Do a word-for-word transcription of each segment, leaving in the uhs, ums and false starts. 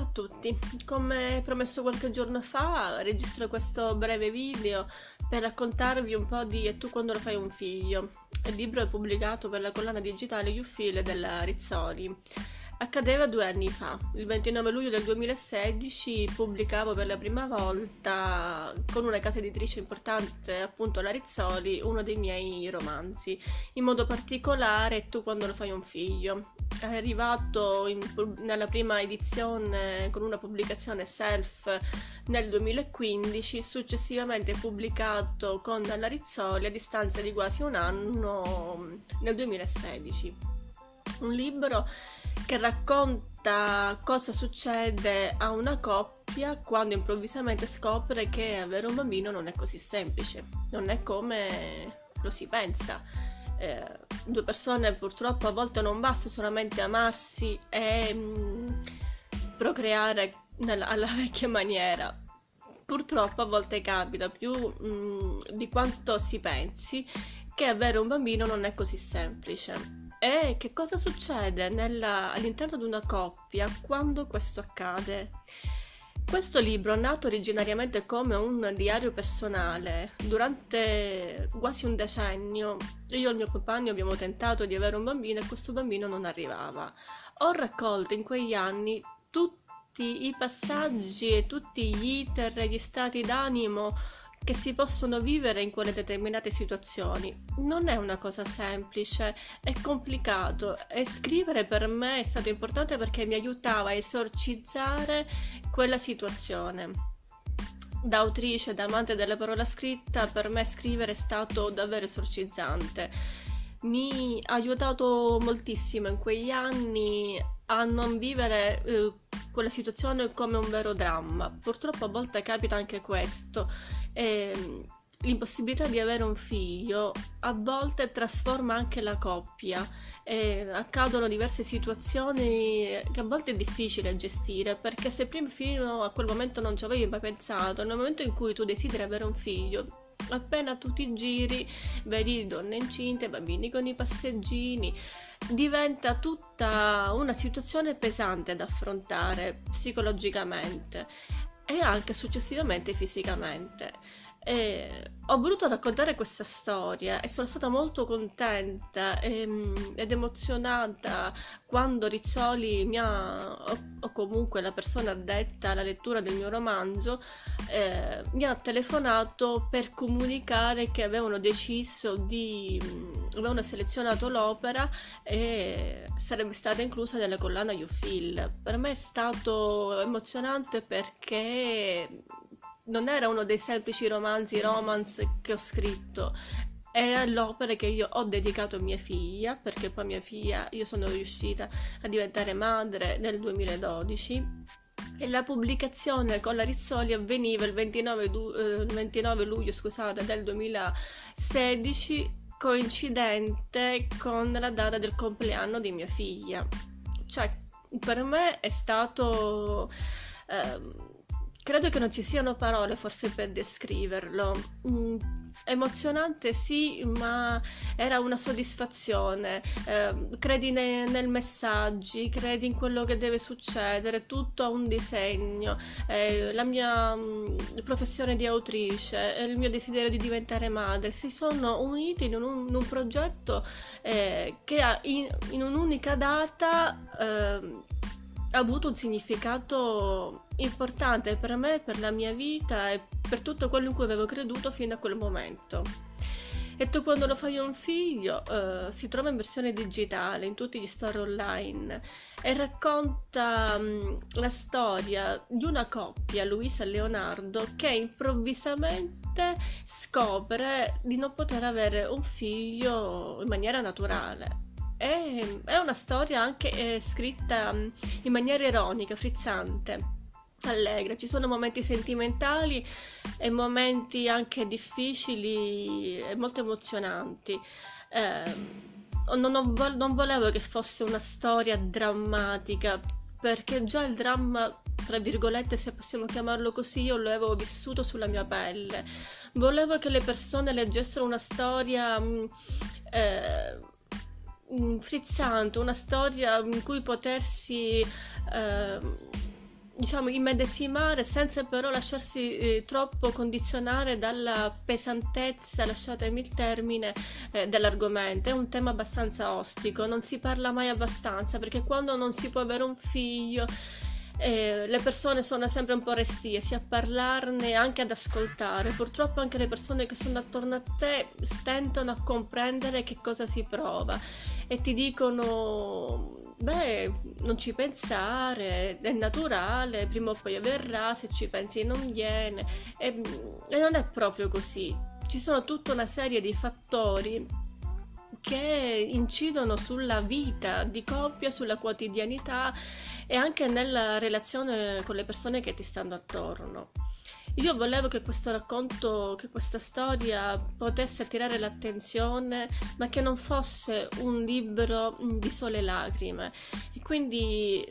tutti, come promesso qualche giorno fa, registro questo breve video per raccontarvi un po' di E tu quando lo fai un figlio. Il libro è pubblicato per la collana digitale Youffil della Rizzoli. Accadeva due anni fa, il ventinove luglio del duemilasedici pubblicavo per la prima volta con una casa editrice importante, appunto la Rizzoli, uno dei miei romanzi, in modo particolare E tu quando lo fai un figlio. È arrivato in, nella prima edizione con una pubblicazione self nel duemilaquindici, successivamente pubblicato con la Rizzoli a distanza di quasi un anno nel duemilasedici. Un libro che racconta cosa succede a una coppia quando improvvisamente scopre che avere un bambino non è così semplice, non è come lo si pensa. Eh, due persone purtroppo a volte non basta solamente amarsi e mh, procreare nella, alla vecchia maniera. Purtroppo a volte capita più mh, di quanto si pensi che avere un bambino non è così semplice. E che cosa succede nella, all'interno di una coppia quando questo accade? Questo libro, nato originariamente come un diario personale, durante quasi un decennio, io e il mio compagno abbiamo tentato di avere un bambino e questo bambino non arrivava. Ho raccolto in quegli anni tutti i passaggi e tutti gli iter e gli stati d'animo che si possono vivere in quelle determinate situazioni. Non è una cosa semplice, è complicato e scrivere per me è stato importante perché mi aiutava a esorcizzare quella situazione. Da autrice, da amante della parola scritta, per me scrivere è stato davvero esorcizzante. Mi ha aiutato moltissimo in quegli anni a non vivere eh, quella situazione come un vero dramma. Purtroppo a volte capita anche questo. E l'impossibilità di avere un figlio a volte trasforma anche la coppia e accadono diverse situazioni che a volte è difficile gestire, perché se prima fino a quel momento non ci avevi mai pensato, nel momento in cui tu desideri avere un figlio, appena tu ti giri vedi donne incinte, bambini con i passeggini, diventa tutta una situazione pesante da affrontare psicologicamente e anche successivamente fisicamente. E ho voluto raccontare questa storia e sono stata molto contenta e, ed emozionata quando Rizzoli mi ha, o, o comunque la persona addetta alla lettura del mio romanzo, eh, mi ha telefonato per comunicare che avevano deciso di avevano selezionato l'opera e sarebbe stata inclusa nella collana Youffil. Per me è stato emozionante perché non era uno dei semplici romanzi romance che ho scritto, era l'opera che io ho dedicato a mia figlia, perché poi mia figlia, io sono riuscita a diventare madre nel duemiladodici e la pubblicazione con la Rizzoli avveniva il ventinove, du- eh, il ventinove luglio scusate, del duemilasedici, coincidente con la data del compleanno di mia figlia. Cioè, per me è stato... Eh, credo che non ci siano parole forse per descriverlo. Mm, emozionante sì, ma era una soddisfazione. Eh, credi ne, nel messaggi, credi in quello che deve succedere, tutto ha un disegno. Eh, la mia mh, professione di autrice e il mio desiderio di diventare madre si sono uniti in un, in un progetto eh, che ha in, in un'unica data eh, ha avuto un significato importante per me, per la mia vita e per tutto quello in cui avevo creduto fino a quel momento. E tu quando lo fai un figlio eh, si trova in versione digitale in tutti gli store online e racconta mh, la storia di una coppia, Luisa e Leonardo, che improvvisamente scopre di non poter avere un figlio in maniera naturale. È una storia anche eh, scritta in maniera ironica, frizzante, allegra. Ci sono momenti sentimentali e momenti anche difficili e molto emozionanti. Eh, non, non, vo- non volevo che fosse una storia drammatica, perché già il dramma, tra virgolette, se possiamo chiamarlo così, io lo avevo vissuto sulla mia pelle. Volevo che le persone leggessero una storia... Eh, frizzante, una storia in cui potersi eh, diciamo, immedesimare senza però lasciarsi eh, troppo condizionare dalla pesantezza, lasciatemi il termine, eh, dell'argomento. È un tema abbastanza ostico, non si parla mai abbastanza, perché quando non si può avere un figlio, eh, le persone sono sempre un po' restie sia a parlarne e anche ad ascoltare. Purtroppo anche le persone che sono attorno a te stentano a comprendere che cosa si prova e ti dicono: beh, non ci pensare, è naturale, prima o poi avverrà, se ci pensi non viene. E, e non è proprio così. Ci sono tutta una serie di fattori che incidono sulla vita di coppia, sulla quotidianità e anche nella relazione con le persone che ti stanno attorno. Io volevo che questo racconto, che questa storia potesse attirare l'attenzione, ma che non fosse un libro di sole lacrime. E quindi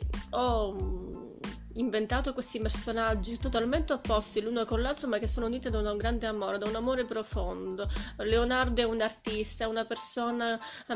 ho inventato questi personaggi totalmente opposti l'uno con l'altro, ma che sono uniti da un grande amore, da un amore profondo. Leonardo è un artista, è una persona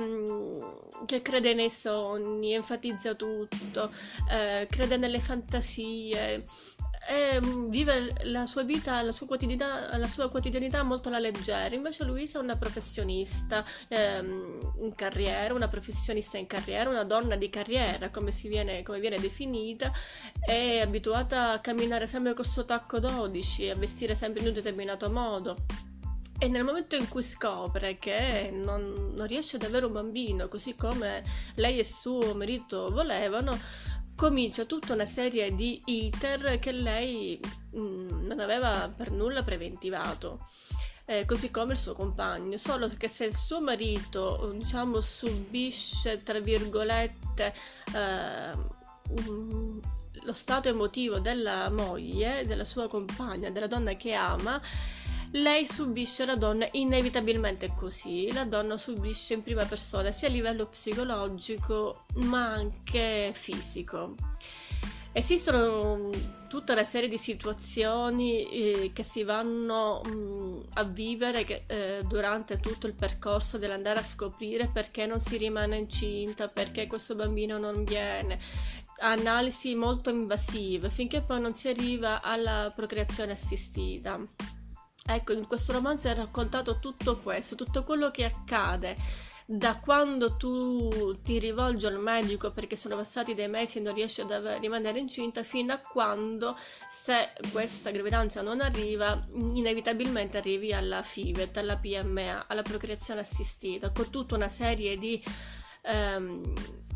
um, che crede nei sogni, enfatizza tutto, eh, crede nelle fantasie, e vive la sua vita, la sua quotidianità, la sua quotidianità molto alla leggera. Invece Luisa è una professionista ehm, in carriera, una professionista in carriera, una donna di carriera, come si viene, come viene definita, è abituata a camminare sempre col suo tacco dodici, a vestire sempre in un determinato modo. E nel momento in cui scopre che non, non riesce ad avere un bambino, così come lei e suo marito volevano, comincia tutta una serie di iter che lei mh, non aveva per nulla preventivato, eh, così come il suo compagno. Solo che se il suo marito, diciamo, subisce, tra virgolette, eh, um, lo stato emotivo della moglie, della sua compagna, della donna che ama, lei subisce, la donna inevitabilmente è così, la donna subisce in prima persona sia a livello psicologico ma anche fisico. Esistono tutta una serie di situazioni eh, che si vanno mh, a vivere che, eh, durante tutto il percorso dell'andare a scoprire perché non si rimane incinta, perché questo bambino non viene, analisi molto invasive, finché poi non si arriva alla procreazione assistita. Ecco, in questo romanzo è raccontato tutto questo, tutto quello che accade da quando tu ti rivolgi al medico perché sono passati dei mesi e non riesci ad av- rimanere incinta, fino a quando, se questa gravidanza non arriva, inevitabilmente arrivi alla F I V E T, alla P M A, alla procreazione assistita, con tutta una serie di, ehm,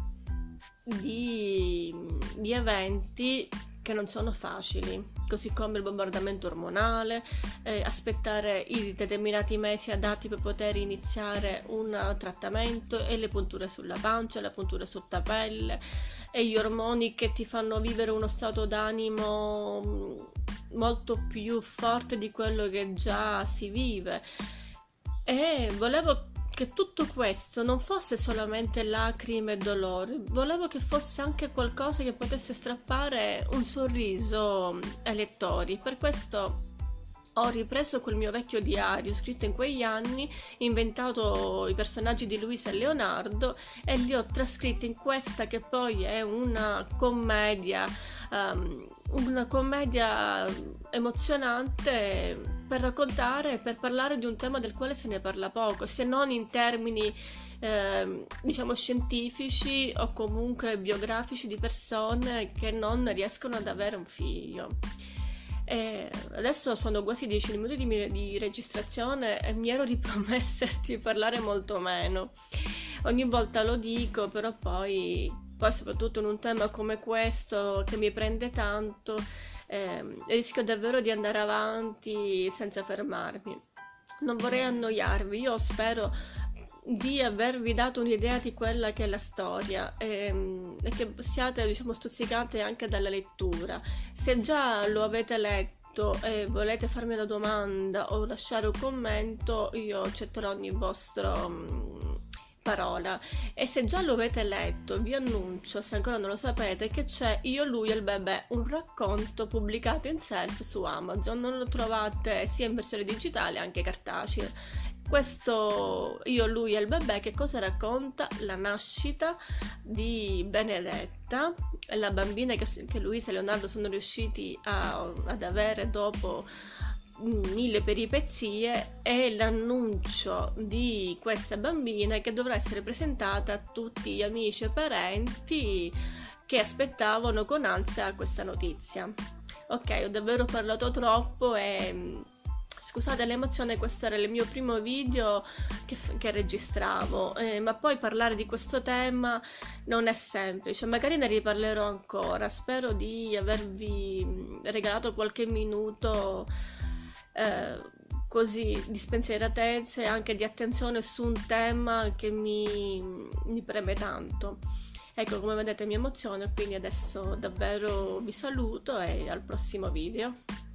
di, di eventi che non sono facili, così come il bombardamento ormonale, eh, aspettare i determinati mesi adatti per poter iniziare un trattamento, e le punture sulla pancia, le punture sotto pelle e gli ormoni che ti fanno vivere uno stato d'animo molto più forte di quello che già si vive. E volevo che tutto questo non fosse solamente lacrime e dolore, volevo che fosse anche qualcosa che potesse strappare un sorriso ai lettori. Per questo ho ripreso quel mio vecchio diario scritto in quegli anni, inventato i personaggi di Luisa e Leonardo e li ho trascritti in questa che poi è una commedia, um, una commedia emozionante per raccontare, per parlare di un tema del quale se ne parla poco, se non in termini eh, diciamo scientifici o comunque biografici di persone che non riescono ad avere un figlio. E adesso sono quasi dieci minuti di, di registrazione e mi ero ripromessa di parlare molto meno. Ogni volta lo dico, però poi, poi soprattutto in un tema come questo che mi prende tanto, eh, rischio davvero di andare avanti senza fermarmi. Non vorrei annoiarvi, io spero di avervi dato un'idea di quella che è la storia e, e che siate, diciamo, stuzzicate anche dalla lettura. Se già lo avete letto e volete farmi una domanda o lasciare un commento, io accetterò ogni vostra um, parola. E se già lo avete letto, vi annuncio, se ancora non lo sapete, che c'è Io, lui e il bebè, un racconto pubblicato in self su Amazon. Non lo trovate sia in versione digitale anche cartacea. Questo Io, lui e il bebè che cosa racconta? La nascita di Benedetta, la bambina che, che Luisa e Leonardo sono riusciti a, ad avere dopo mille peripezie, e l'annuncio di questa bambina che dovrà essere presentata a tutti gli amici e parenti che aspettavano con ansia questa notizia. Ok, ho davvero parlato troppo e scusate l'emozione, questo era il mio primo video che, che registravo, eh, ma poi parlare di questo tema non è semplice, magari ne riparlerò ancora. Spero di avervi regalato qualche minuto eh, così di spensieratezza e anche di attenzione su un tema che mi, mi preme tanto. Ecco, come vedete mi emoziono, quindi adesso davvero vi saluto e al prossimo video.